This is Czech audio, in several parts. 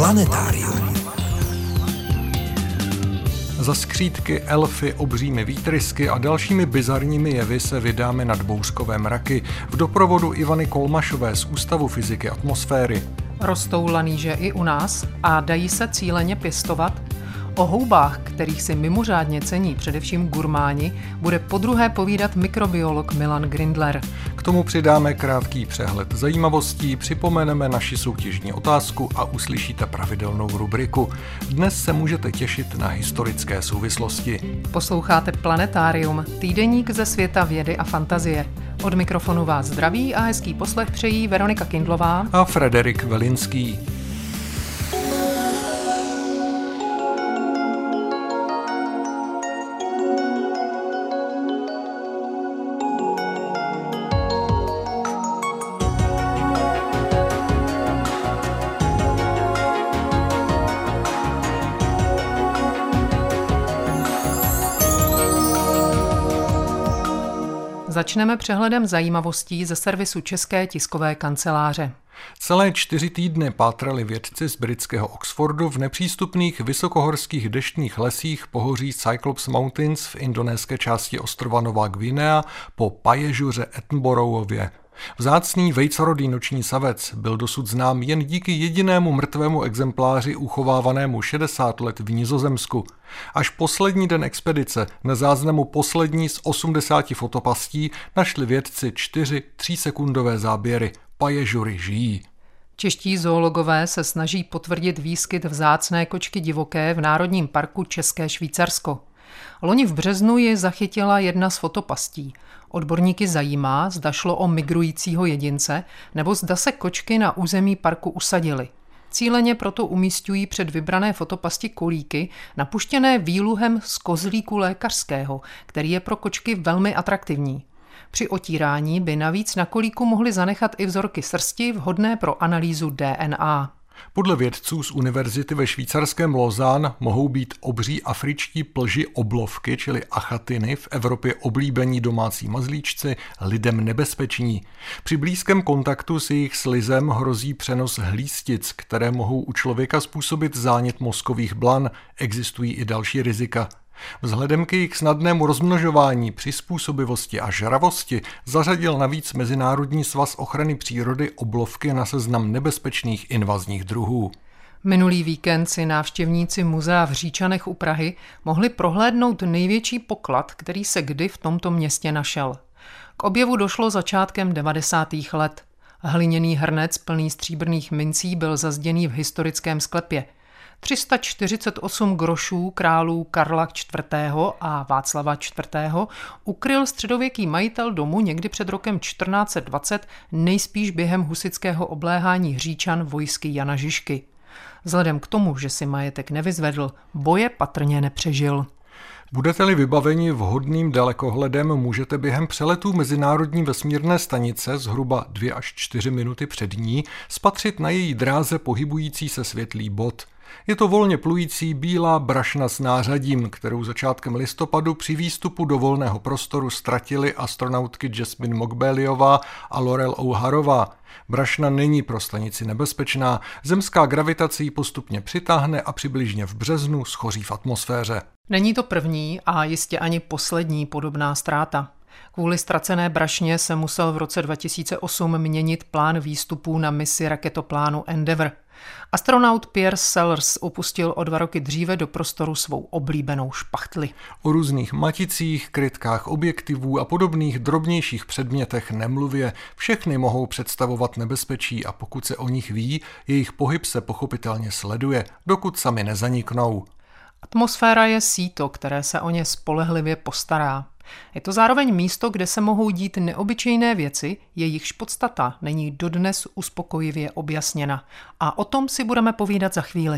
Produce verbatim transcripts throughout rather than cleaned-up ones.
Planetárium. Za skřítky, elfy, obřími výtrysky a dalšími bizarními jevy se vydáme nad bouřkové mraky v doprovodu Ivany Kolmašové z Ústavu fyziky atmosféry. Rostou laníže i u nás a dají se cíleně pěstovat? O houbách, kterých si mimořádně cení především gurmáni, bude podruhé povídat mikrobiolog Milan Grindler. K tomu přidáme krátký přehled zajímavostí, připomeneme naši soutěžní otázku a uslyšíte pravidelnou rubriku. Dnes se můžete těšit na historické souvislosti. Posloucháte Planetárium, týdeník ze světa vědy a fantazie. Od mikrofonu vás zdraví a hezký poslech přejí Veronika Kindlová a Frederik Velinský. Začneme přehledem zajímavostí ze servisu České tiskové kanceláře. Celé čtyři týdny pátrali vědci z britského Oxfordu v nepřístupných vysokohorských deštných lesích pohoří Cyclops Mountains v indonéské části ostrova Nová Guinea po paježuře Edinburghově. Vzácný vejcorodý noční savec byl dosud znám jen díky jedinému mrtvému exempláři uchovávanému šedesát let v Nizozemsku. Až poslední den expedice, na záznamu poslední z osmdesáti fotopastí, našli vědci čtyři třísekundové záběry. Paježury žijí. Čeští zoologové se snaží potvrdit výskyt vzácné kočky divoké v Národním parku České Švýcarsko. Loni v březnu ji zachytila jedna z fotopastí. Odborníky zajímá, zda šlo o migrujícího jedince, nebo zda se kočky na území parku usadily. Cíleně proto umísťují před vybrané fotopasti kolíky, napuštěné výluhem z kozlíku lékařského, který je pro kočky velmi atraktivní. Při otírání by navíc na kolíku mohli zanechat i vzorky srsti vhodné pro analýzu D N A. Podle vědců z univerzity ve švýcarském Lausanne mohou být obří afričtí plži oblovky, čili achatiny, v Evropě oblíbení domácí mazlíčci, lidem nebezpeční. Při blízkém kontaktu s jejich slizem hrozí přenos hlístic, které mohou u člověka způsobit zánět mozkových blan. Existují i další rizika. Vzhledem k jejich snadnému rozmnožování, přizpůsobivosti a žravosti zařadil navíc Mezinárodní svaz ochrany přírody oblovky na seznam nebezpečných invazních druhů. Minulý víkend si návštěvníci muzea v Říčanech u Prahy mohli prohlédnout největší poklad, který se kdy v tomto městě našel. K objevu došlo začátkem devadesátých let. Hliněný hrnec plný stříbrných mincí byl zazděný v historickém sklepě. tři sta čtyřicet osm grošů králů Karla čtvrtého. a Václava čtvrtého. ukryl středověký majitel domu někdy před rokem čtrnáct set dvacet nejspíš během husitského obléhání Říčan vojsky Jana Žižky. Vzhledem k tomu, že si majetek nevyzvedl, boje patrně nepřežil. Budete-li vybaveni vhodným dalekohledem, můžete během přeletů Mezinárodní vesmírné stanice zhruba dvě až čtyři minuty před ní spatřit na její dráze pohybující se světlý bod. Je to volně plující bílá brašna s nářadím, kterou začátkem listopadu při výstupu do volného prostoru ztratili astronautky Jasmine Mogbelliová a Laurel O'Harová. Brašna není pro stanici nebezpečná, zemská gravitace ji postupně přitáhne a přibližně v březnu schoří v atmosféře. Není to první a jistě ani poslední podobná ztráta. Kvůli ztracené brašně se musel v roce dva tisíce osm měnit plán výstupů na misi raketoplánu Endeavour. Astronaut Pierre Sellers opustil o dva roky dříve do prostoru svou oblíbenou špachtli. O různých maticích, krytkách objektivů a podobných drobnějších předmětech nemluvě, všechny mohou představovat nebezpečí a pokud se o nich ví, jejich pohyb se pochopitelně sleduje, dokud sami nezaniknou. Atmosféra je síto, které se o ně spolehlivě postará. Je to zároveň místo, kde se mohou dít neobyčejné věci, jejichž podstata není dodnes uspokojivě objasněna. A o tom si budeme povídat za chvíli.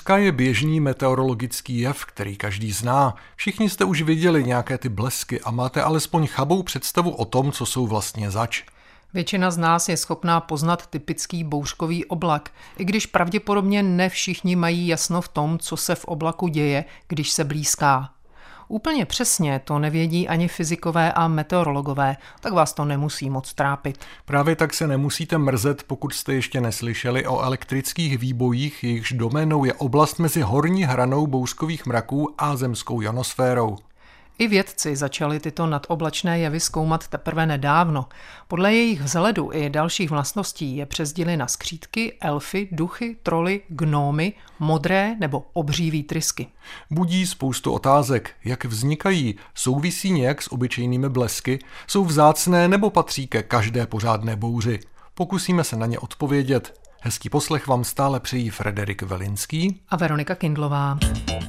Bleska je běžný meteorologický jev, který každý zná. Všichni jste už viděli nějaké ty blesky a máte alespoň chabou představu o tom, co jsou vlastně zač. Většina z nás je schopná poznat typický bouřkový oblak, i když pravděpodobně ne všichni mají jasno v tom, co se v oblaku děje, když se blýská. Úplně přesně to nevědí ani fyzikové a meteorologové, tak vás to nemusí moc trápit. Právě tak se nemusíte mrzet, pokud jste ještě neslyšeli o elektrických výbojích, jejichž doménou je oblast mezi horní hranou bouřkových mraků a zemskou ionosférou. I vědci začali tyto nadoblačné jevy zkoumat teprve nedávno. Podle jejich vzhledu i dalších vlastností je přezdili na skřítky, elfy, duchy, troly, gnómy, modré nebo obří výtrysky. Budí spoustu otázek. Jak vznikají? Souvisí nějak s obyčejnými blesky? Jsou vzácné nebo patří ke každé pořádné bouři? Pokusíme se na ně odpovědět. Hezký poslech vám stále přejí Frederik Velinský a Veronika Kindlová.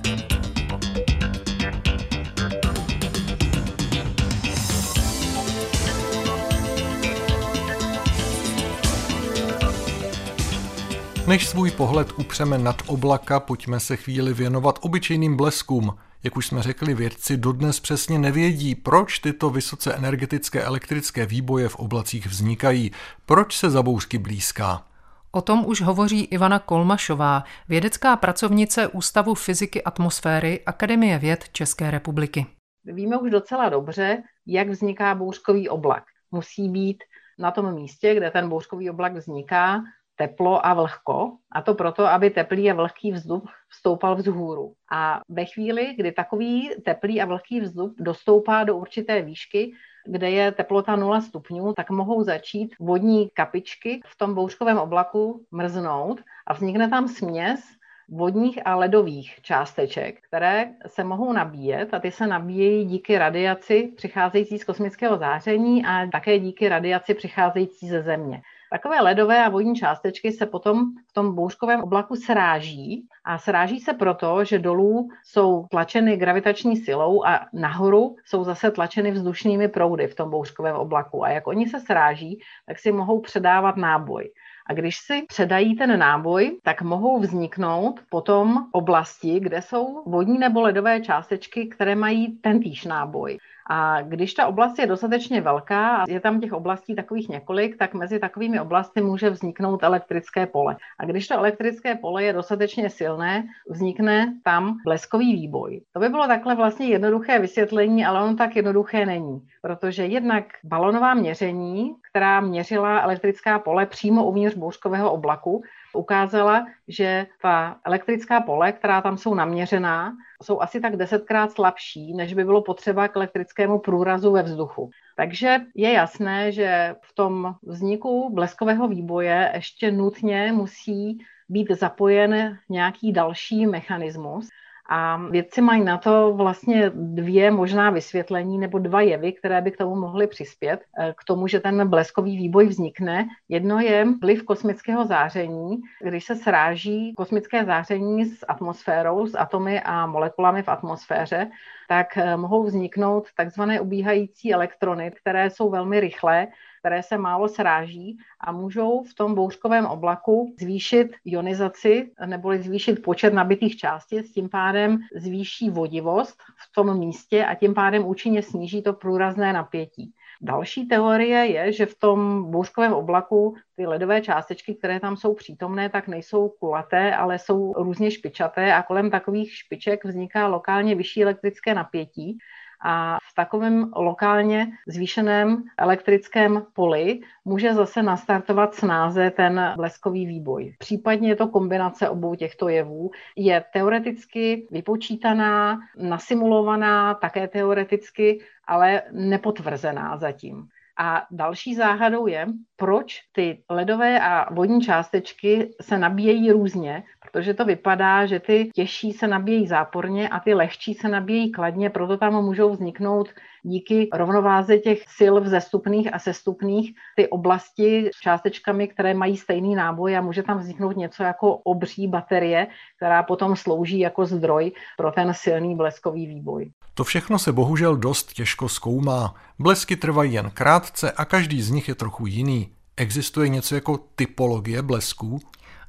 Než svůj pohled upřeme nad oblaka, pojďme se chvíli věnovat obyčejným bleskům. Jak už jsme řekli, vědci dodnes přesně nevědí, proč tyto vysoce energetické elektrické výboje v oblacích vznikají, proč se za bouřky blýská. O tom už hovoří Ivana Kolmašová, vědecká pracovnice Ústavu fyziky atmosféry Akademie věd České republiky. Víme už docela dobře, jak vzniká bouřkový oblak. Musí být na tom místě, kde ten bouřkový oblak vzniká, teplo a vlhko, a to proto, aby teplý a vlhký vzduch vstoupal vzhůru. A ve chvíli, kdy takový teplý a vlhký vzduch dostoupá do určité výšky, kde je teplota nula stupňů, tak mohou začít vodní kapičky v tom bouřkovém oblaku mrznout a vznikne tam směs vodních a ledových částeček, které se mohou nabíjet, a ty se nabíjejí díky radiaci přicházející z kosmického záření a také díky radiaci přicházející ze Země. Takové ledové a vodní částečky se potom v tom bouřkovém oblaku sráží a sráží se proto, že dolů jsou tlačeny gravitační silou a nahoru jsou zase tlačeny vzdušnými proudy v tom bouřkovém oblaku. A jak oni se sráží, tak si mohou předávat náboj. A když si předají ten náboj, tak mohou vzniknout potom oblasti, kde jsou vodní nebo ledové částečky, které mají tentýž náboj. A když ta oblast je dostatečně velká a je tam těch oblastí takových několik, tak mezi takovými oblasti může vzniknout elektrické pole. A když to elektrické pole je dostatečně silné, vznikne tam bleskový výboj. To by bylo takhle vlastně jednoduché vysvětlení, ale ono tak jednoduché není. Protože jednak balonová měření, která měřila elektrická pole přímo uvnitř bouřkového oblaku, ukázala, že ta elektrická pole, která tam jsou naměřená, jsou asi tak desetkrát slabší, než by bylo potřeba k elektrickému průrazu ve vzduchu. Takže je jasné, že v tom vzniku bleskového výboje ještě nutně musí být zapojen nějaký další mechanismus. A vědci mají na to vlastně dvě možná vysvětlení nebo dva jevy, které by k tomu mohly přispět, k tomu, že ten bleskový výboj vznikne. Jedno je vliv kosmického záření, když se sráží kosmické záření s atmosférou, s atomy a molekulami v atmosféře, tak mohou vzniknout takzvané ubíhající elektrony, které jsou velmi rychlé, které se málo sráží a můžou v tom bouřkovém oblaku zvýšit ionizaci neboli zvýšit počet nabitých částic, tím pádem zvýší vodivost v tom místě a tím pádem účinně sníží to průrazné napětí. Další teorie je, že v tom bouřkovém oblaku ty ledové částečky, které tam jsou přítomné, tak nejsou kulaté, ale jsou různě špičaté a kolem takových špiček vzniká lokálně vyšší elektrické napětí. A v takovém lokálně zvýšeném elektrickém poli může zase nastartovat snáze ten bleskový výboj. Případně je to kombinace obou těchto jevů. Je teoreticky vypočítaná, nasimulovaná, také teoreticky, ale nepotvrzená zatím. A další záhadou je, proč ty ledové a vodní částečky se nabíjejí různě, protože to vypadá, že ty těžší se nabíjejí záporně a ty lehčí se nabíjejí kladně, proto tam můžou vzniknout díky rovnováze těch sil vzestupných a sestupných ty oblasti s částečkami, které mají stejný náboj a může tam vzniknout něco jako obří baterie, která potom slouží jako zdroj pro ten silný bleskový výboj. To všechno se bohužel dost těžko zkoumá. Blesky trvají jen krátce a každý z nich je trochu jiný. Existuje něco jako typologie blesků?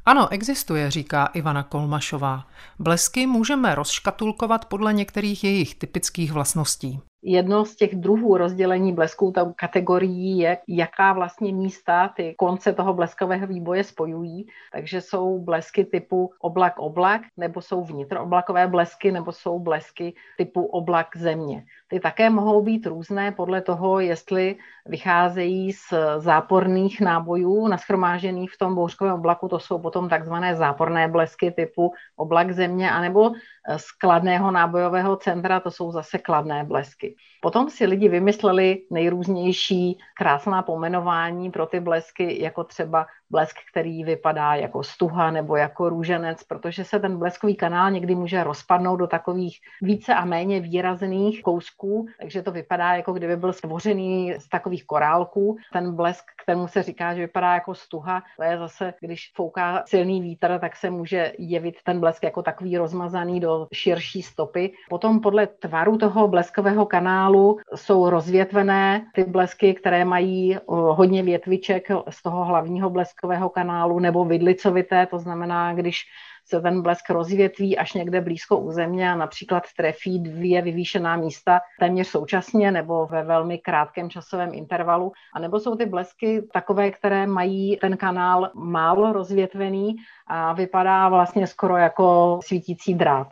Ano, existuje, říká Ivana Kolmašová. Blesky můžeme rozškatulkovat podle některých jejich typických vlastností. Jedno z těch druhů rozdělení blesků, tou kategorií je, jaká vlastně místa ty konce toho bleskového výboje spojují. Takže jsou blesky typu oblak-oblak, nebo jsou vnitrooblakové blesky, nebo jsou blesky typu oblak-země. Ty také mohou být různé podle toho, jestli vycházejí z záporných nábojů nashromážených v tom bouřkovém oblaku, to jsou potom takzvané záporné blesky typu oblak-země, anebo z kladného nábojového centra, to jsou zase kladné blesky. Potom si lidi vymysleli nejrůznější krásná pojmenování pro ty blesky, jako třeba blesk, který vypadá jako stuha nebo jako růženec, protože se ten bleskový kanál někdy může rozpadnout do takových více a méně výrazných kousků, takže to vypadá, jako kdyby byl stvořený z takových korálků. Ten blesk, kterému se říká, že vypadá jako stuha, to je zase, když fouká silný vítr, tak se může jevit ten blesk jako takový rozmazaný do širší stopy. Potom podle tvaru toho bleskového kanálu jsou rozvětvené ty blesky, které mají hodně větviček z toho hlavního bleskového kanálu, nebo vidlicovité, to znamená, když se ten blesk rozvětví až někde blízko u země a například trefí dvě vyvýšená místa téměř současně nebo ve velmi krátkém časovém intervalu. A nebo jsou ty blesky takové, které mají ten kanál málo rozvětvený a vypadá vlastně skoro jako svítící drát.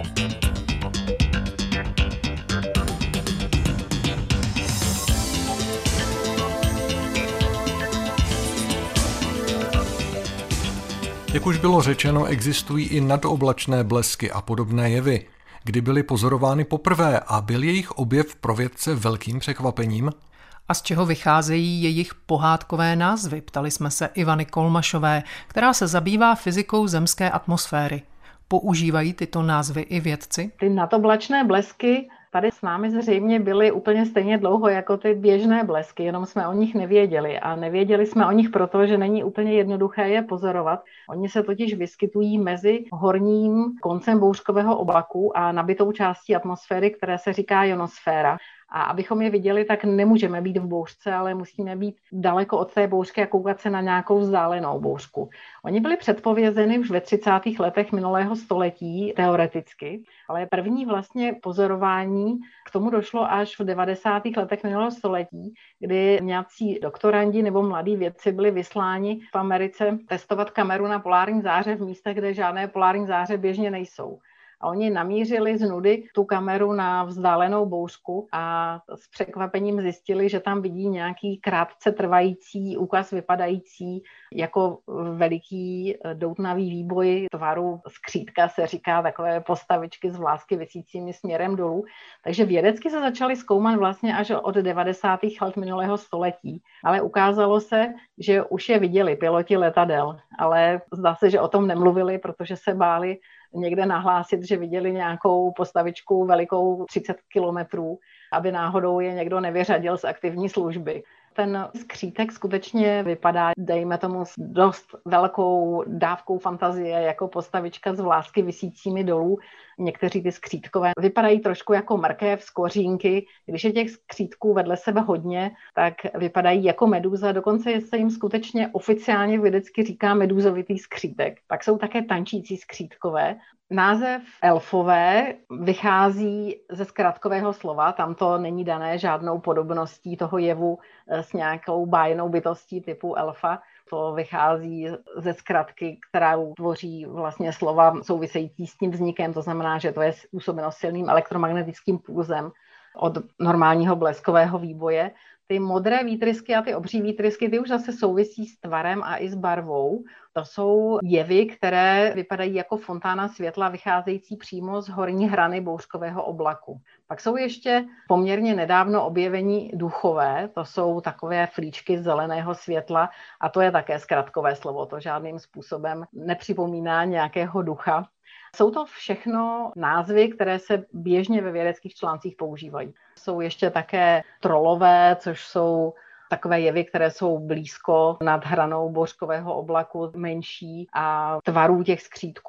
Jak už bylo řečeno, existují i nadoblačné blesky a podobné jevy. Kdy byly pozorovány poprvé a byl jejich objev pro vědce velkým překvapením? A z čeho vycházejí jejich pohádkové názvy, ptali jsme se Ivany Kolmašové, která se zabývá fyzikou zemské atmosféry. Používají tyto názvy i vědci? Ty nadoblačné blesky tady s námi zřejmě byly úplně stejně dlouho jako ty běžné blesky, jenom jsme o nich nevěděli. A nevěděli jsme o nich proto, že není úplně jednoduché je pozorovat. Oni se totiž vyskytují mezi horním koncem bouřkového oblaku a nabitou částí atmosféry, které se říká ionosféra. A abychom je viděli, tak nemůžeme být v bouřce, ale musíme být daleko od té bouřky a koukat se na nějakou vzdálenou bouřku. Oni byli předpovězeny už ve třicátých letech minulého století teoreticky, ale první vlastně pozorování k tomu došlo až v devadesátých letech minulého století, kdy nějací doktorandi nebo mladí vědci byli vysláni v Americe testovat kameru na polární záře v místech, kde žádné polární záře běžně nejsou. A oni namířili z nudy tu kameru na vzdálenou bouřku a s překvapením zjistili, že tam vidí nějaký krátce trvající úkaz vypadající jako veliký doutnavý výboj tvaru skřítka, se říká, takové postavičky z vlásky visícími směrem dolů. Takže vědecky se začaly zkoumat vlastně až od devadesátých let minulého století. Ale ukázalo se, že už je viděli piloti letadel, ale zdá se, že o tom nemluvili, protože se báli někde nahlásit, že viděli nějakou postavičku velikou třicet kilometrů, aby náhodou je někdo nevyřadil z aktivní služby. Ten skřítek skutečně vypadá, dejme tomu, s dost velkou dávkou fantazie, jako postavička z vlásky visícími dolů. Někteří ty skřítkové vypadají trošku jako mrkev z kořínky. Když je těch skřítků vedle sebe hodně, tak vypadají jako medúza. Dokonce se jim skutečně oficiálně vědecky říká medúzovitý skřítek. Pak jsou také tančící skřítkové. Název elfové vychází ze zkratkového slova, tam to není dané žádnou podobností toho jevu s nějakou bájnou bytostí typu elfa. To vychází ze zkratky, která tvoří vlastně slova související s tím vznikem, to znamená, že to je způsobeno silným elektromagnetickým pulzem od normálního bleskového výboje. Ty modré výtrysky a ty obří výtrysky, ty už zase souvisí s tvarem a i s barvou. To jsou jevy, které vypadají jako fontána světla vycházející přímo z horní hrany bouřkového oblaku. Pak jsou ještě poměrně nedávno objevení duchové, to jsou takové flíčky zeleného světla a to je také zkratkové slovo, to žádným způsobem nepřipomíná nějakého ducha. Jsou to všechno názvy, které se běžně ve vědeckých článcích používají. Jsou ještě také trolové, což jsou takové jevy, které jsou blízko nad hranou bouřkového oblaku, menší a tvarů těch skřítků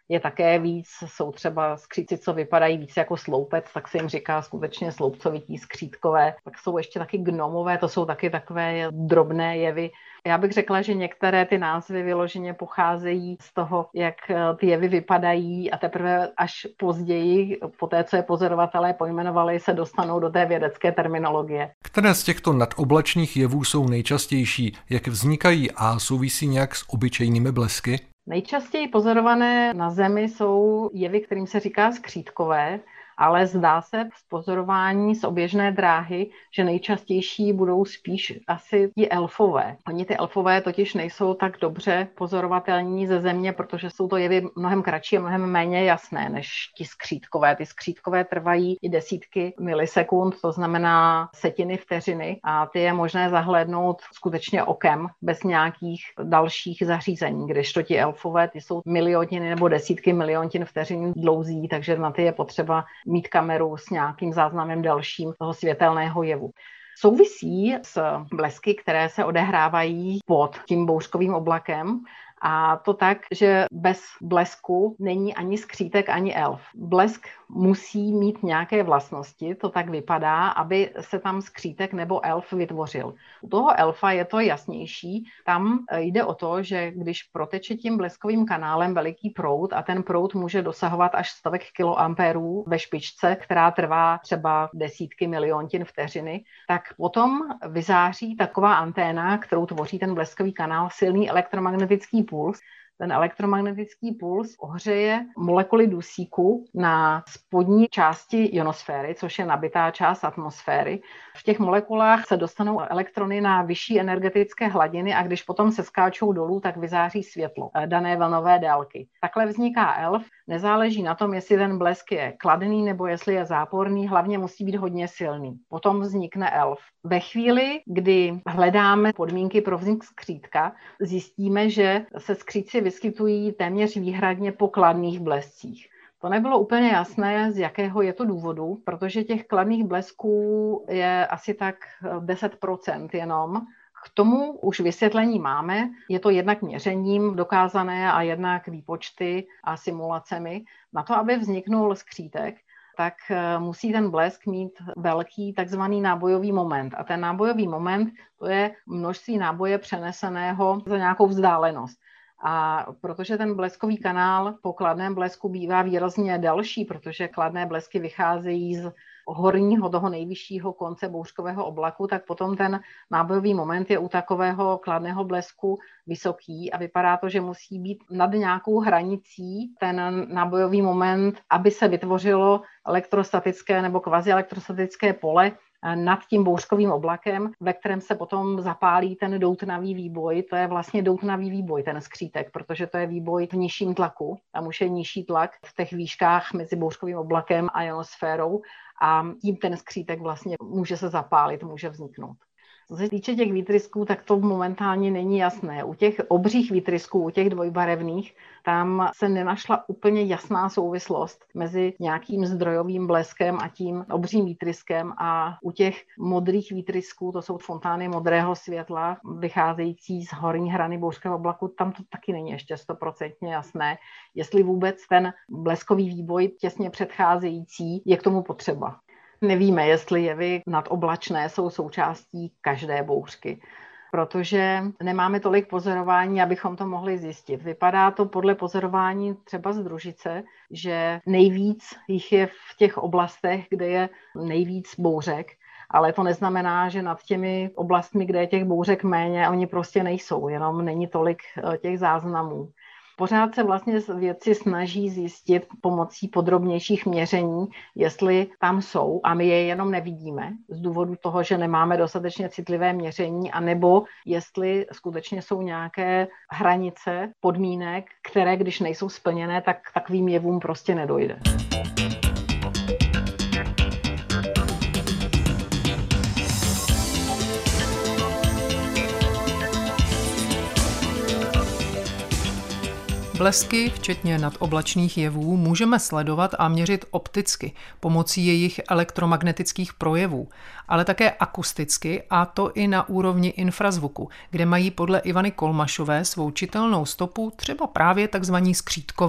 je také víc, jsou třeba skřídci, co vypadají víc jako sloupec, tak se jim říká skutečně sloupcovití skřídkové. Pak jsou ještě taky gnomové, to jsou taky takové drobné jevy. Já bych řekla, že některé ty názvy vyloženě pocházejí z toho, jak ty jevy vypadají a teprve až později, po té, co je pozorovatelé pojmenovali, se dostanou do té vědecké terminologie. Které z těchto nadoblačných jevů jsou nejčastější, jak vznikají a souvisí nějak s obyčejnými blesky? Nejčastěji pozorované na Zemi jsou jevy, kterým se říká skřídkové, ale zdá se z pozorování z oběžné dráhy, že nejčastější budou spíš asi ti elfové. Oni ty elfové totiž nejsou tak dobře pozorovatelní ze Země, protože jsou to jevy mnohem kratší a mnohem méně jasné než ti skřídkové. Ty skřídkové trvají i desítky milisekund, to znamená setiny vteřiny a ty je možné zahlédnout skutečně okem bez nějakých dalších zařízení, kdežto ti elfové, ty jsou milioniny nebo desítky miliontin vteřin dlouzí, takže na ty je potřeba mít kameru s nějakým záznamem dalším toho světelného jevu. Souvisí s blesky, které se odehrávají pod tím bouřkovým oblakem, a to tak, že bez blesku není ani skřítek, ani elf. Blesk musí mít nějaké vlastnosti, to tak vypadá, aby se tam skřítek nebo elf vytvořil. U toho elfa je to jasnější. Tam jde o to, že když proteče tím bleskovým kanálem veliký proud a ten proud může dosahovat až stovek kiloampérů ve špičce, která trvá třeba desítky miliontin vteřiny, tak potom vyzáří taková anténa, kterou tvoří ten bleskový kanál, silný elektromagnetický puls. Ten elektromagnetický puls ohřeje molekuly dusíku na spodní části ionosféry, což je nabitá část atmosféry. V těch molekulách se dostanou elektrony na vyšší energetické hladiny a když potom se skáčou dolů, tak vyzáří světlo dané vlnové délky. Takhle vzniká elf. Nezáleží na tom, jestli ten blesk je kladný nebo jestli je záporný, hlavně musí být hodně silný. Potom vznikne elf. Ve chvíli, kdy hledáme podmínky pro vznik skřídka, zjistíme, že se skřídci vyskytují téměř výhradně po kladných blescích. To nebylo úplně jasné, z jakého je to důvodu, protože těch kladných blesků je asi tak deset procent jenom. K tomu už vysvětlení máme, je to jednak měřením dokázané a jednak výpočty a simulacemi. Na to, aby vzniknul skřítek, tak musí ten blesk mít velký takzvaný nábojový moment. A ten nábojový moment, to je množství náboje přeneseného za nějakou vzdálenost. A protože ten bleskový kanál po kladném blesku bývá výrazně delší, protože kladné blesky vycházejí z horního, toho nejvyššího konce bouřkového oblaku, tak potom ten nábojový moment je u takového kladného blesku vysoký a vypadá to, že musí být nad nějakou hranicí ten nábojový moment, aby se vytvořilo elektrostatické nebo kvazielektrostatické pole nad tím bouřkovým oblakem, ve kterém se potom zapálí ten doutnavý výboj. To je vlastně doutnavý výboj, ten skřítek, protože to je výboj v nižším tlaku. Tam už je nižší tlak v těch výškách mezi bouřkovým oblakem a ionosférou a tím ten skřítek vlastně může se zapálit, může vzniknout. Co se týče těch výtrysků, tak to momentálně není jasné. U těch obřích výtrysků, u těch dvojbarevných, tam se nenašla úplně jasná souvislost mezi nějakým zdrojovým bleskem a tím obřím výtryskem a u těch modrých výtrysků, to jsou fontány modrého světla, vycházející z horní hrany bouřkového oblaku, tam to taky není ještě stoprocentně jasné, jestli vůbec ten bleskový výboj těsně předcházející je k tomu potřeba. Nevíme, jestli jevy nadoblačné jsou součástí každé bouřky, protože nemáme tolik pozorování, abychom to mohli zjistit. Vypadá to podle pozorování třeba z družice, že nejvíc jich je v těch oblastech, kde je nejvíc bouřek, ale to neznamená, že nad těmi oblastmi, kde je těch bouřek méně, oni prostě nejsou, jenom není tolik těch záznamů. Pořád se vlastně vědci snaží zjistit pomocí podrobnějších měření, jestli tam jsou a my je jenom nevidíme z důvodu toho, že nemáme dostatečně citlivé měření, anebo jestli skutečně jsou nějaké hranice podmínek, které když nejsou splněné, tak k takovým jevům prostě nedojde. Blesky, včetně nadoblačných jevů, můžeme sledovat a měřit opticky pomocí jejich elektromagnetických projevů, ale také akusticky, a to i na úrovni infrazvuku, kde mají podle Ivany Kolmašové svou čitelnou stopu třeba právě tzv. Skřídkové.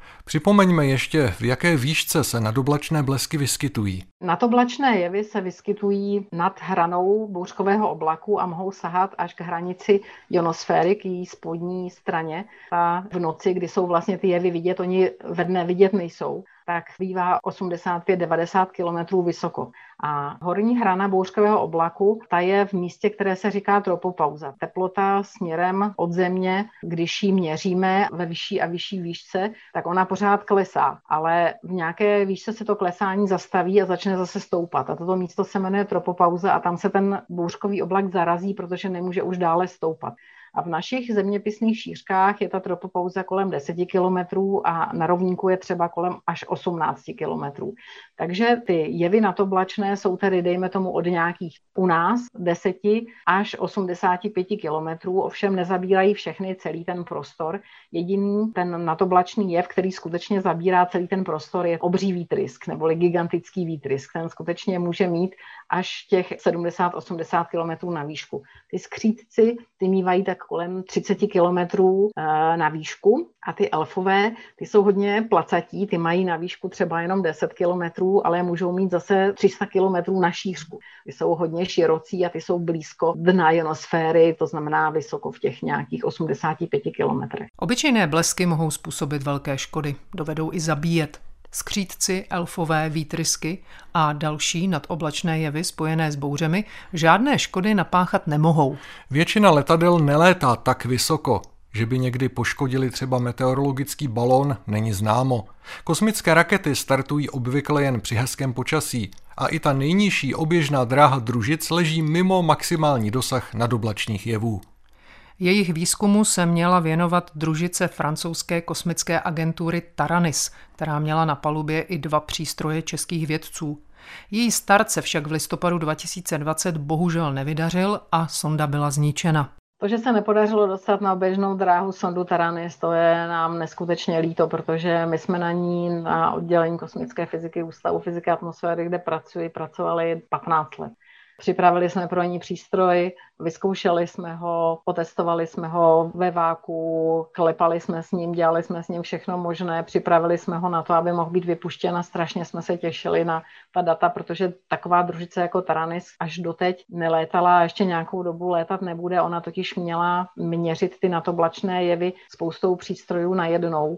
Připomeňme ještě, v jaké výšce se nadoblačné blesky vyskytují. Nadoblačné jevy se vyskytují nad hranou bouřkového oblaku a mohou sahat až k hranici ionosféry, k její spodní straně. A v noci, kdy jsou vlastně ty jevy vidět, oni ve dne vidět nejsou, tak bývá osmdesát pět devadesát kilometrů vysoko. A horní hrana bouřkového oblaku, ta je v místě, které se říká tropopauza. Teplota směrem od země, když ji měříme ve vyšší a vyšší výšce, tak ona pořád klesá. Ale v nějaké výšce se to klesání zastaví a začne zase stoupat. A toto místo se jmenuje tropopauza a tam se ten bouřkový oblak zarazí, protože nemůže už dále stoupat. A v našich zeměpisných šířkách je ta tropopauza kolem deset kilometrů a na rovníku je třeba kolem až osmnáct kilometrů. Takže ty jevy nadoblačné jsou tedy, dejme tomu, od nějakých u nás deset až osmdesát pět kilometrů, ovšem nezabírají všechny celý ten prostor. Jediný ten nadoblačný jev, který skutečně zabírá celý ten prostor, je obří výtrysk neboli gigantický výtrysk. Ten skutečně může mít až těch sedmdesát osmdesát kilometrů na výšku. Ty skřítci, ty mívají tak kolem třicet kilometrů na výšku a ty elfové, ty jsou hodně placatí, ty mají na výšku třeba jenom deset kilometrů, ale můžou mít zase tři sta kilometrů na šířku. Ty jsou hodně širocí a ty jsou blízko dna ionosféry, to znamená vysoko v těch nějakých osmdesáti pěti kilometrech. Obyčejné blesky mohou způsobit velké škody, dovedou i zabíjet. Skřítci, elfové, výtrysky a další nadoblačné jevy spojené s bouřemi žádné škody napáchat nemohou. Většina letadel nelétá tak vysoko, že by někdy poškodili třeba meteorologický balón, není známo. Kosmické rakety startují obvykle jen při hezkém počasí a i ta nejnižší oběžná dráha družic leží mimo maximální dosah nadoblačných jevů. Jejich výzkumu se měla věnovat družice francouzské kosmické agentury Taranis, která měla na palubě i dva přístroje českých vědců. Její start se však v listopadu dva tisíce dvacet bohužel nevydařil a sonda byla zničena. To, že se nepodařilo dostat na oběžnou dráhu sondu Taranis, to je nám neskutečně líto, protože my jsme na ní na oddělení kosmické fyziky Ústavu fyziky atmosféry, kde pracuji, pracovali patnáct let. Připravili jsme pro ní přístroj, vyzkoušeli jsme ho, otestovali jsme ho ve váku, klepali jsme s ním, dělali jsme s ním všechno možné, připravili jsme ho na to, aby mohl být vypuštěn a strašně jsme se těšili na ta data, protože taková družice jako Taranis až doteď nelétala a ještě nějakou dobu létat nebude. Ona totiž měla měřit ty nadoblačné jevy spoustou přístrojů najednou.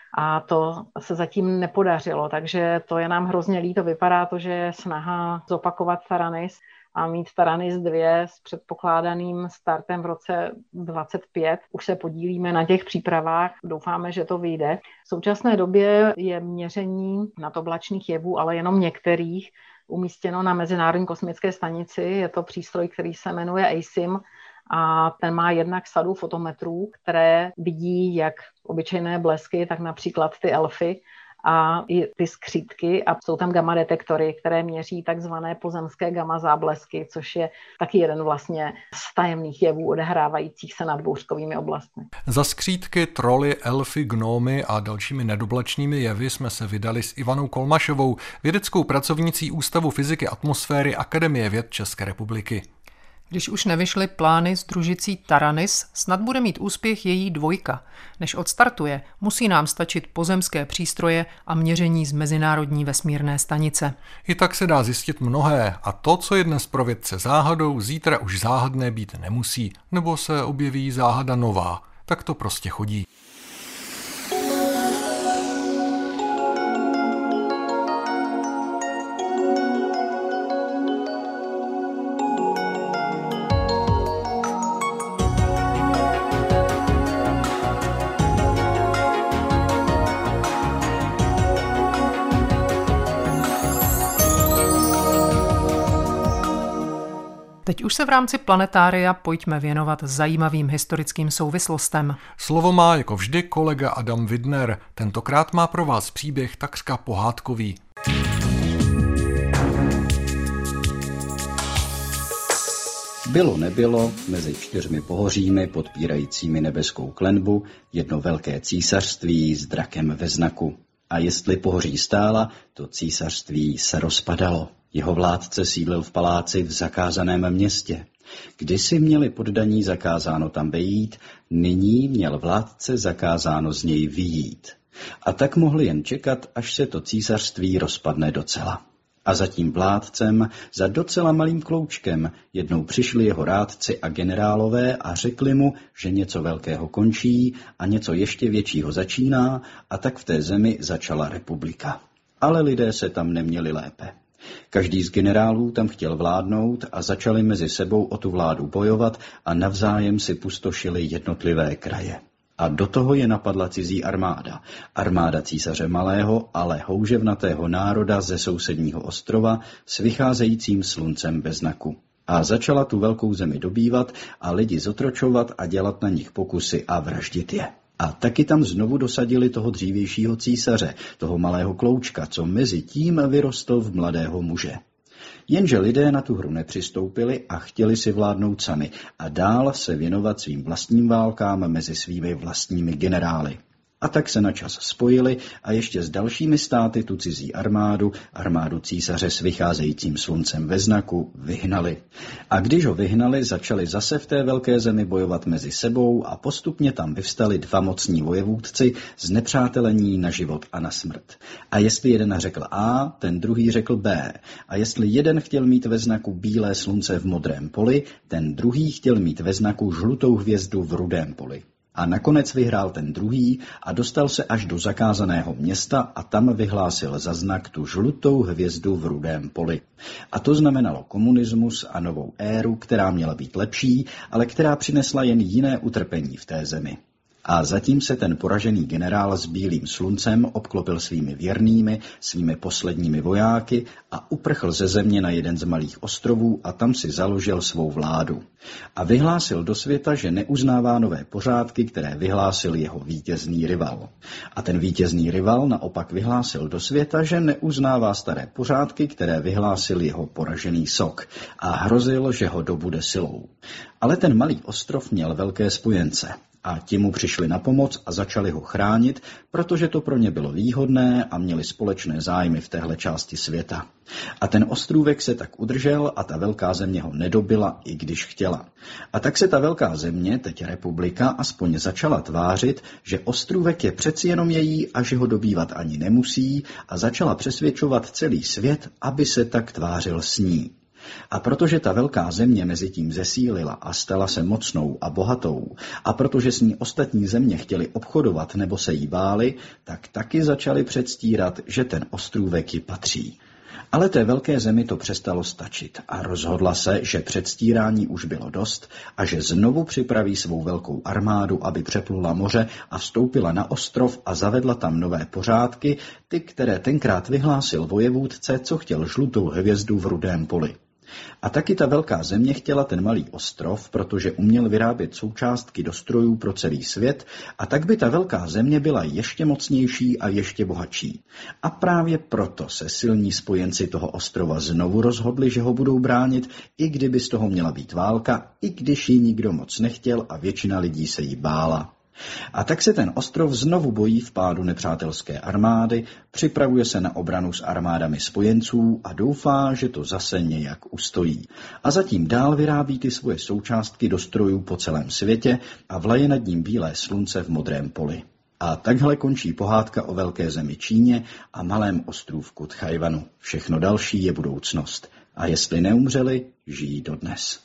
A to se zatím nepodařilo, takže to je nám hrozně líto. Vypadá to, že je snaha zopakovat Taranis a mít Taranis dva s předpokládaným startem v roce dvacet pět. Už se podílíme na těch přípravách, doufáme, že to vyjde. V současné době je měření nadoblačných jevů, ale jenom některých, umístěno na Mezinárodní kosmické stanici. Je to přístroj, který se jmenuje A S I M a ten má jednak sadu fotometrů, které vidí jak obyčejné blesky, tak například ty elfy a i ty skřítky a jsou tam gamma detektory, které měří takzvané pozemské gamma záblesky, což je taky jeden vlastně z tajemných jevů odehrávajících se nad bouřkovými oblastmi. Za skřítky, troly, elfy, gnómy a dalšími nedoblačnými jevy jsme se vydali s Ivanou Kolmašovou, vědeckou pracovnicí Ústavu fyziky atmosféry Akademie věd České republiky. Když už nevyšly plány s družicí Taranis, snad bude mít úspěch její dvojka. Než odstartuje, musí nám stačit pozemské přístroje a měření z Mezinárodní vesmírné stanice. I tak se dá zjistit mnohé a to, co je dnes pro vědce záhadou, zítra už záhadné být nemusí, nebo se objeví záhada nová. Tak to prostě chodí. Teď už se v rámci planetária pojďme věnovat zajímavým historickým souvislostem. Slovo má jako vždy kolega Adam Widner. Tentokrát má pro vás příběh takřka pohádkový. Bylo nebylo, mezi čtyřmi pohořími podpírajícími nebeskou klenbu, jedno velké císařství s drakem ve znaku. A jestli pohoří stála, to císařství se rozpadalo. Jeho vládce sídlil v paláci v zakázaném městě. Kdysi měli poddaní zakázáno tam vejít, nyní měl vládce zakázáno z něj vyjít. A tak mohli jen čekat, až se to císařství rozpadne docela. A za tím vládcem, za docela malým kloučkem, jednou přišli jeho rádci a generálové a řekli mu, že něco velkého končí a něco ještě většího začíná, a tak v té zemi začala republika. Ale lidé se tam neměli lépe. Každý z generálů tam chtěl vládnout a začali mezi sebou o tu vládu bojovat a navzájem si pustošili jednotlivé kraje. A do toho je napadla cizí armáda. Armáda císaře Malého, ale houževnatého národa ze sousedního ostrova s vycházejícím sluncem bez znaku. A začala tu velkou zemi dobývat a lidi zotročovat a dělat na nich pokusy a vraždit je. A taky tam znovu dosadili toho dřívějšího císaře, toho malého kloučka, co mezi tím vyrostl v mladého muže. Jenže lidé na tu hru nepřistoupili a chtěli si vládnout sami a dál se věnovat svým vlastním válkám mezi svými vlastními generály. A tak se načas spojili a ještě s dalšími státy tu cizí armádu, armádu císaře s vycházejícím sluncem ve znaku, vyhnali. A když ho vyhnali, začali zase v té velké zemi bojovat mezi sebou a postupně tam vyvstali dva mocní vojevůdci z nepřátelení na život a na smrt. A jestli jeden řekl A, ten druhý řekl B. A jestli jeden chtěl mít ve znaku bílé slunce v modrém poli, ten druhý chtěl mít ve znaku žlutou hvězdu v rudém poli. A nakonec vyhrál ten druhý a dostal se až do zakázaného města a tam vyhlásil za znak tu žlutou hvězdu v rudém poli. A to znamenalo komunismus a novou éru, která měla být lepší, ale která přinesla jen jiné utrpení v té zemi. A zatím se ten poražený generál s bílým sluncem obklopil svými věrnými, svými posledními vojáky a uprchl ze země na jeden z malých ostrovů a tam si založil svou vládu. A vyhlásil do světa, že neuznává nové pořádky, které vyhlásil jeho vítězný rival. A ten vítězný rival naopak vyhlásil do světa, že neuznává staré pořádky, které vyhlásil jeho poražený sok a hrozil, že ho dobude silou. Ale ten malý ostrov měl velké spojence. A ti mu přišli na pomoc a začali ho chránit, protože to pro ně bylo výhodné a měli společné zájmy v téhle části světa. A ten ostrůvek se tak udržel a ta velká země ho nedobila, i když chtěla. A tak se ta velká země, teď republika, aspoň začala tvářit, že ostrůvek je přeci jenom její a že ho dobývat ani nemusí a začala přesvědčovat celý svět, aby se tak tvářil s ní. A protože ta velká země mezi tím zesílila a stala se mocnou a bohatou, a protože s ní ostatní země chtěli obchodovat nebo se jí báli, tak taky začali předstírat, že ten ostrůvek ji patří. Ale té velké zemi to přestalo stačit a rozhodla se, že předstírání už bylo dost a že znovu připraví svou velkou armádu, aby přeplula moře a vstoupila na ostrov a zavedla tam nové pořádky, ty, které tenkrát vyhlásil vojevůdce, co chtěl žlutou hvězdu v rudém poli. A taky ta velká země chtěla ten malý ostrov, protože uměl vyrábět součástky do strojů pro celý svět a tak by ta velká země byla ještě mocnější a ještě bohatší. A právě proto se silní spojenci toho ostrova znovu rozhodli, že ho budou bránit, i kdyby z toho měla být válka, i když ji nikdo moc nechtěl a většina lidí se jí bála. A tak se ten ostrov znovu bojí v pádu nepřátelské armády, připravuje se na obranu s armádami spojenců a doufá, že to zase nějak ustojí. A zatím dál vyrábí ty svoje součástky do strojů po celém světě a vlaje nad ním bílé slunce v modrém poli. A takhle končí pohádka o velké zemi Číně a malém ostrůvku Tchajvanu. Všechno další je budoucnost. A jestli neumřeli, žijí dodnes.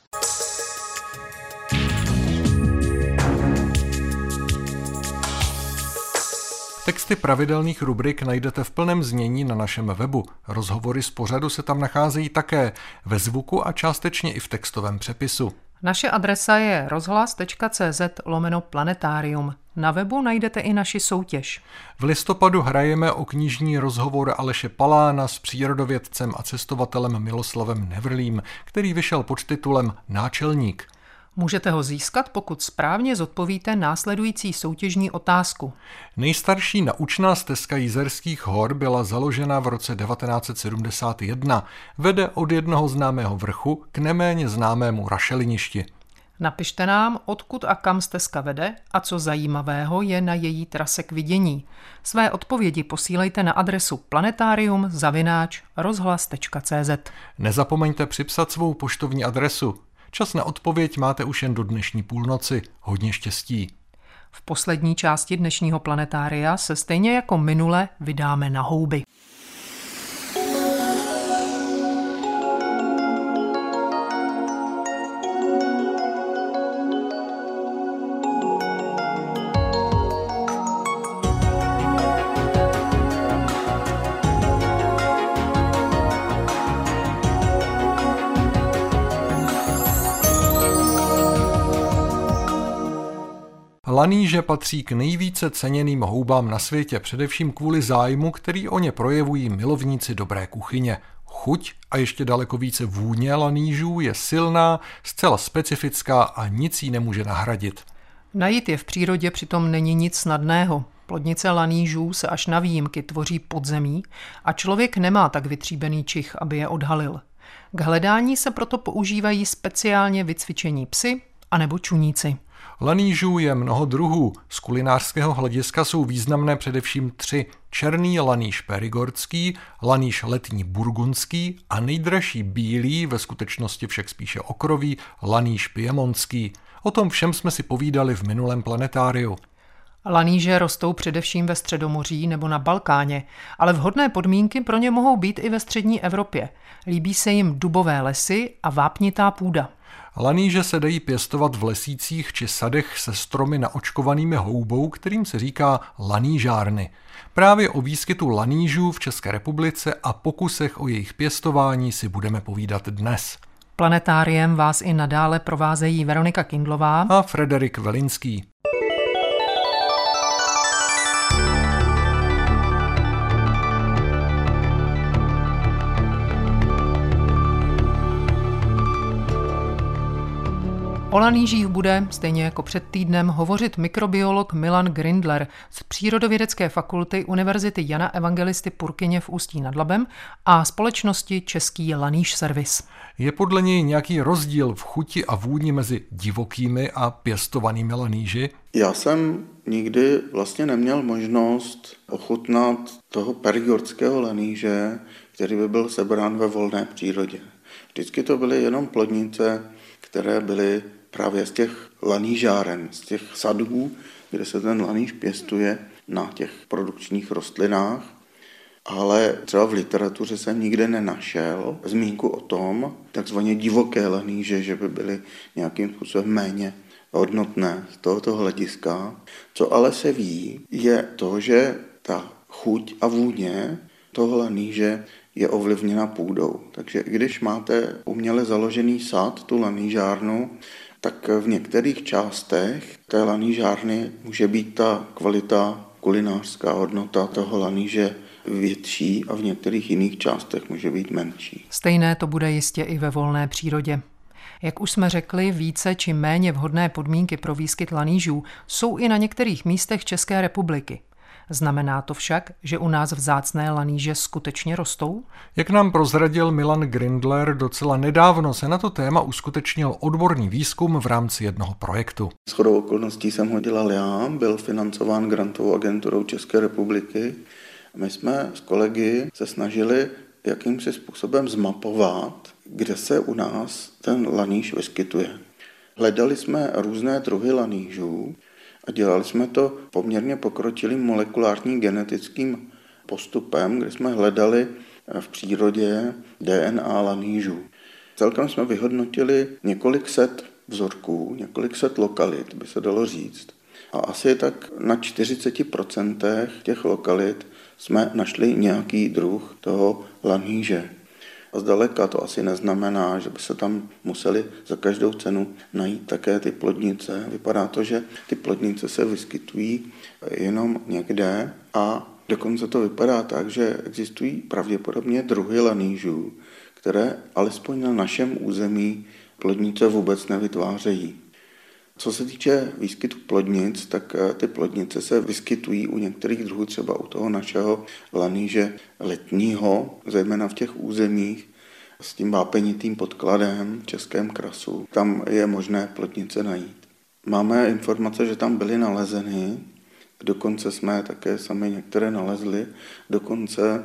Texty pravidelných rubrik najdete v plném znění na našem webu. Rozhovory z pořadu se tam nacházejí také ve zvuku a částečně i v textovém přepisu. Naše adresa je rozhlas.cz lomeno planetarium. Na webu najdete i naši soutěž. V listopadu hrajeme o knižní rozhovor Aleše Palána s přírodovědcem a cestovatelem Miloslavem Nevrlým, který vyšel pod titulem Náčelník. Můžete ho získat, pokud správně zodpovíte následující soutěžní otázku. Nejstarší naučná stezka Jizerských hor byla založena v roce devatenáct set sedmdesát jedna. Vede od jednoho známého vrchu k neméně známému rašeliništi. Napište nám, odkud a kam stezka vede a co zajímavého je na její trase k vidění. Své odpovědi posílejte na adresu planetarium zavináč rozhlas tečka cz. Nezapomeňte připsat svou poštovní adresu. Čas na odpověď máte už jen do dnešní půlnoci. Hodně štěstí. V poslední části dnešního planetária se stejně jako minule vydáme na houby. Laníže patří k nejvíce ceněným houbám na světě, především kvůli zájmu, který o ně projevují milovníci dobré kuchyně. Chuť a ještě daleko více vůně lanížů je silná, zcela specifická a nic jí nemůže nahradit. Najít je v přírodě přitom není nic snadného. Plodnice lanížů se až na výjimky tvoří pod zemí a člověk nemá tak vytříbený čich, aby je odhalil. K hledání se proto používají speciálně vycvičení psy anebo čuníci. Lanížů je mnoho druhů. Z kulinářského hlediska jsou významné především tři. Černý laníž perigordský, laníž letní burgundský a nejdražší bílý, ve skutečnosti však spíše okrový, laníž piemontský. O tom všem jsme si povídali v minulém planetáriu. Laníže rostou především ve Středomoří nebo na Balkáně, ale vhodné podmínky pro ně mohou být i ve střední Evropě. Líbí se jim dubové lesy a vápnitá půda. Laníže se dají pěstovat v lesících či sadech se stromy naočkovanými houbou, kterým se říká lanížárny. Právě o výskytu lanížů v České republice a pokusech o jejich pěstování si budeme povídat dnes. Planetáriem vás i nadále provázejí Veronika Kindlová a Frederik Velinský. O lanížích bude, stejně jako před týdnem, hovořit mikrobiolog Milan Grindler z Přírodovědecké fakulty Univerzity Jana Evangelisty Purkyně v Ústí nad Labem a společnosti Český laníž servis. Je podle něj nějaký rozdíl v chuti a vůni mezi divokými a pěstovanými laníži? Já jsem nikdy vlastně neměl možnost ochutnat toho perigordského laníže, který by byl sebrán ve volné přírodě. Vždycky to byly jenom plodnice, které byly právě z těch lanížáren, z těch sadů, kde se ten laníž pěstuje na těch produkčních rostlinách. Ale třeba v literatuře jsem nikde nenašel zmínku o tom, takzvaně divoké laníže, že by byly nějakým způsobem méně hodnotné z tohoto hlediska. Co ale se ví, je to, že ta chuť a vůně toho laníže je ovlivněna půdou. Takže když máte uměle založený sad, tu lanížárnu, tak v některých částech té lanížárny může být ta kvalita, kulinářská hodnota toho laníže větší a v některých jiných částech může být menší. Stejné to bude jistě i ve volné přírodě. Jak už jsme řekli, více či méně vhodné podmínky pro výskyt lanížů jsou i na některých místech České republiky. Znamená to však, že u nás vzácné laníže skutečně rostou? Jak nám prozradil Milan Grindler, docela nedávno se na to téma uskutečnil odborný výzkum v rámci jednoho projektu. Shodou okolností jsem ho dělal já, byl financován grantovou agenturou České republiky. My jsme s kolegy se snažili jakýmsi způsobem zmapovat, kde se u nás ten laníž vyskytuje. Hledali jsme různé druhy lanížů a dělali jsme to poměrně pokročilým molekulárním genetickým postupem, kde jsme hledali v přírodě D N A lanížů. Celkem jsme vyhodnotili několik set vzorků, několik set lokalit, by se dalo říct. A asi tak na čtyřicet procent těch lokalit jsme našli nějaký druh toho laníže. A zdaleka to asi neznamená, že by se tam museli za každou cenu najít také ty plodnice. Vypadá to, že ty plodnice se vyskytují jenom někde a dokonce to vypadá tak, že existují pravděpodobně druhy lanížů, které alespoň na našem území plodnice vůbec nevytvářejí. Co se týče výskytu plodnic, tak ty plodnice se vyskytují u některých druhů, třeba u toho našeho laníže letního, zejména v těch územích s tím vápenitým podkladem v Českém krasu. Tam je možné plodnice najít. Máme informace, že tam byly nalezeny, dokonce jsme také sami některé nalezli, dokonce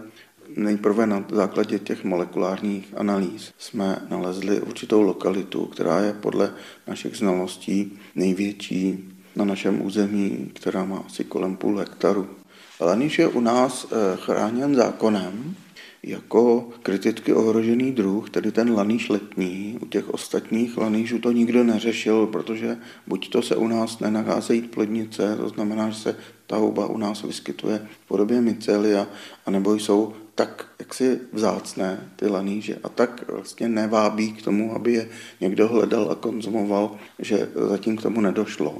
Nejprve na základě těch molekulárních analýz jsme nalezli určitou lokalitu, která je podle našich znalostí největší na našem území, která má asi kolem půl hektaru. Laníž je u nás chráněn zákonem jako kriticky ohrožený druh, tedy ten laníž letní. U těch ostatních lanížů to nikdo neřešil, protože buď to se u nás nenacházejí plodnice, to znamená, že se ta houba u nás vyskytuje v podobě mycelia, anebo jsou tak jaksi vzácné ty laníže a tak vlastně nevábí k tomu, aby je někdo hledal a konzumoval, že zatím k tomu nedošlo.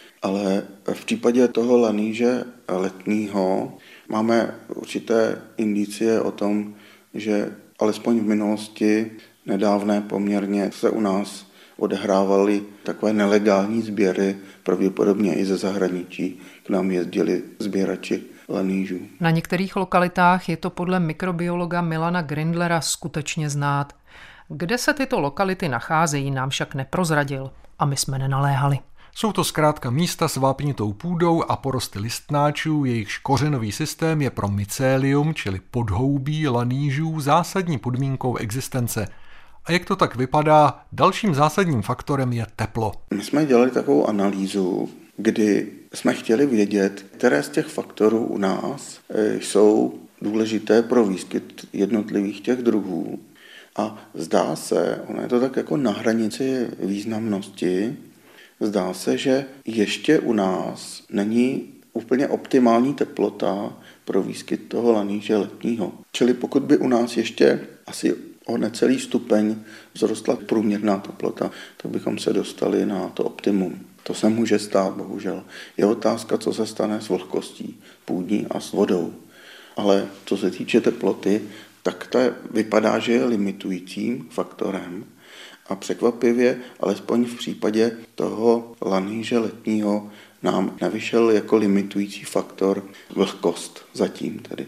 Ale v případě toho laníže letního máme určité indicie o tom, že alespoň v minulosti nedávné poměrně se u nás odehrávaly takové nelegální sběry, pravděpodobně i ze zahraničí k nám jezdili sběrači lanížů. Na některých lokalitách je to podle mikrobiologa Milana Grindlera skutečně znát. Kde se tyto lokality nacházejí, nám však neprozradil a my jsme nenaléhali. Jsou to zkrátka místa s vápnitou půdou a porosty listnáčů, jejichž kořenový systém je pro mycelium, čili podhoubí lanížů, zásadní podmínkou existence. A jak to tak vypadá, dalším zásadním faktorem je teplo. My jsme dělali takovou analýzu, kdy jsme chtěli vědět, které z těch faktorů u nás jsou důležité pro výskyt jednotlivých těch druhů. A zdá se, ono je to tak jako na hranici významnosti, zdá se, že ještě u nás není úplně optimální teplota pro výskyt toho laníže letního. Čili pokud by u nás ještě asi o necelý stupeň vzrostla průměrná teplota, tak bychom se dostali na to optimum. To se může stát, bohužel. Je otázka, co se stane s vlhkostí půdní a s vodou. Ale co se týče teploty, tak ta vypadá, že je limitujícím faktorem. A překvapivě, alespoň v případě toho laníže letního, nám nevyšel jako limitující faktor vlhkost zatím tedy.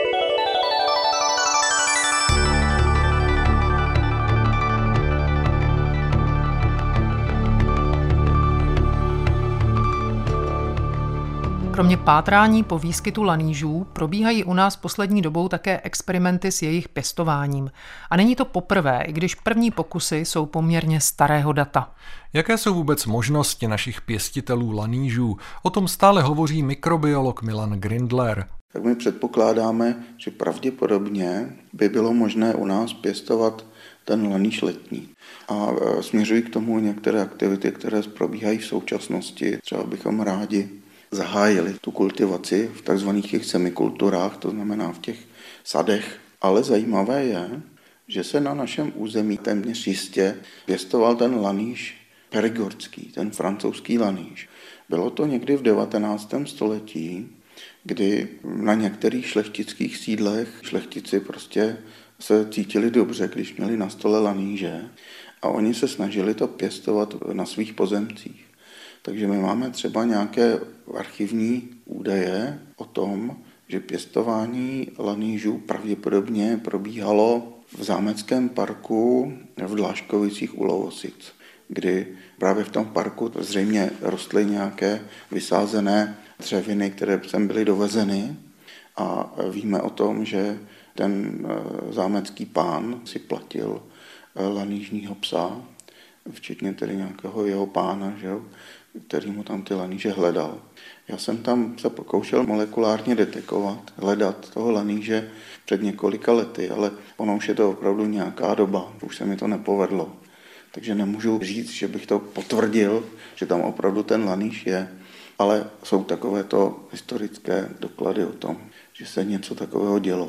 Kromě pátrání po výskytu lanížů probíhají u nás poslední dobou také experimenty s jejich pěstováním. A není to poprvé, i když první pokusy jsou poměrně starého data. Jaké jsou vůbec možnosti našich pěstitelů lanížů? O tom stále hovoří mikrobiolog Milan Grindler. Tak my předpokládáme, že pravděpodobně by bylo možné u nás pěstovat ten laníž letní. A směřují k tomu některé aktivity, které probíhají v současnosti. Třeba bychom rádi zahájili tu kultivaci v takzvaných těch semikulturách, to znamená v těch sadech. Ale zajímavé je, že se na našem území téměř jistě pěstoval ten laníž perigordský, ten francouzský laníž. Bylo to někdy v devatenáctém století, kdy na některých šlechtických sídlech šlechtici prostě se cítili dobře, když měli na stole laníže a oni se snažili to pěstovat na svých pozemcích. Takže my máme třeba nějaké archivní údaje o tom, že pěstování lanížů pravděpodobně probíhalo v zámeckém parku v Dláškovicích u Lovosic, kdy právě v tom parku zřejmě rostly nějaké vysázené dřeviny, které sem byly dovezeny a víme o tom, že ten zámecký pán si platil lanížního psa, včetně tedy nějakého jeho pána, že jo, který mu tam ty laníže hledal. Já jsem tam se pokoušel molekulárně detekovat, hledat toho laníže před několika lety, ale ono už je to opravdu nějaká doba, už se mi to nepovedlo. Takže nemůžu říct, že bych to potvrdil, že tam opravdu ten laníž je, ale jsou takovéto historické doklady o tom, že se něco takového dělo.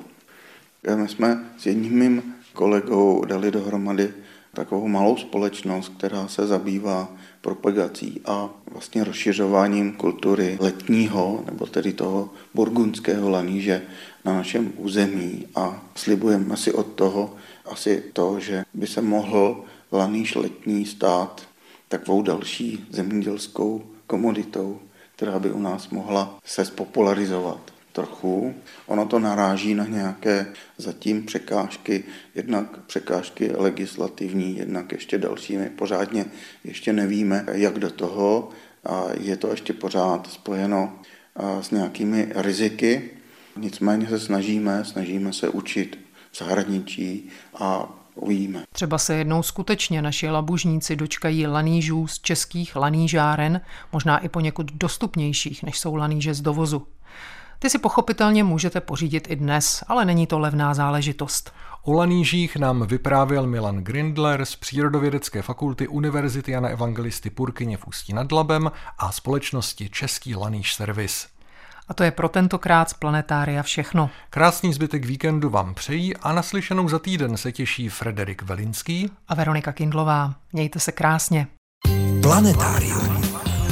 My jsme s jedním mým kolegou dali dohromady takovou malou společnost, která se zabývá propagací a vlastně rozšiřováním kultury letního, nebo tedy toho burgundského laníže na našem území a slibujeme si od toho asi to, že by se mohl laníž letní stát takovou další zemědělskou komoditou, která by u nás mohla se spopularizovat trochu. Ono to naráží na nějaké zatím překážky, jednak překážky legislativní, jednak ještě dalšími. Pořádně ještě nevíme, jak do toho a je to ještě pořád spojeno s nějakými riziky, Nicméně se snažíme, snažíme se učit v zahraničí a uvidíme. Třeba se jednou skutečně naši labužníci dočkají lanížů z českých lanížáren, možná i poněkud dostupnějších, než jsou laníže z dovozu. Ty si pochopitelně můžete pořídit i dnes, ale není to levná záležitost. O lanížích nám vyprávěl Milan Grindler z Přírodovědecké fakulty Univerzity Jana Evangelisty Purkyně v Ústí nad Labem a společnosti Český laníž servis. A to je pro tentokrát z Planetária všechno. Krásný zbytek víkendu vám přejí a naslyšenou za týden se těší Frederik Velinský a Veronika Kindlová. Mějte se krásně. Planetárium.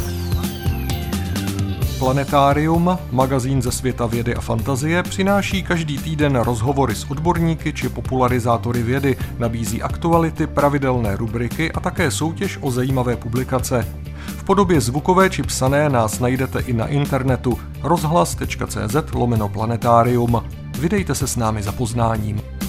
Planetárium, magazín ze světa vědy a fantazie, přináší každý týden rozhovory s odborníky či popularizátory vědy, nabízí aktuality, pravidelné rubriky a také soutěž o zajímavé publikace. V podobě zvukové či psané nás najdete i na internetu rozhlas tečka cé zet lomeno planetárium. Vydejte se s námi za poznáním.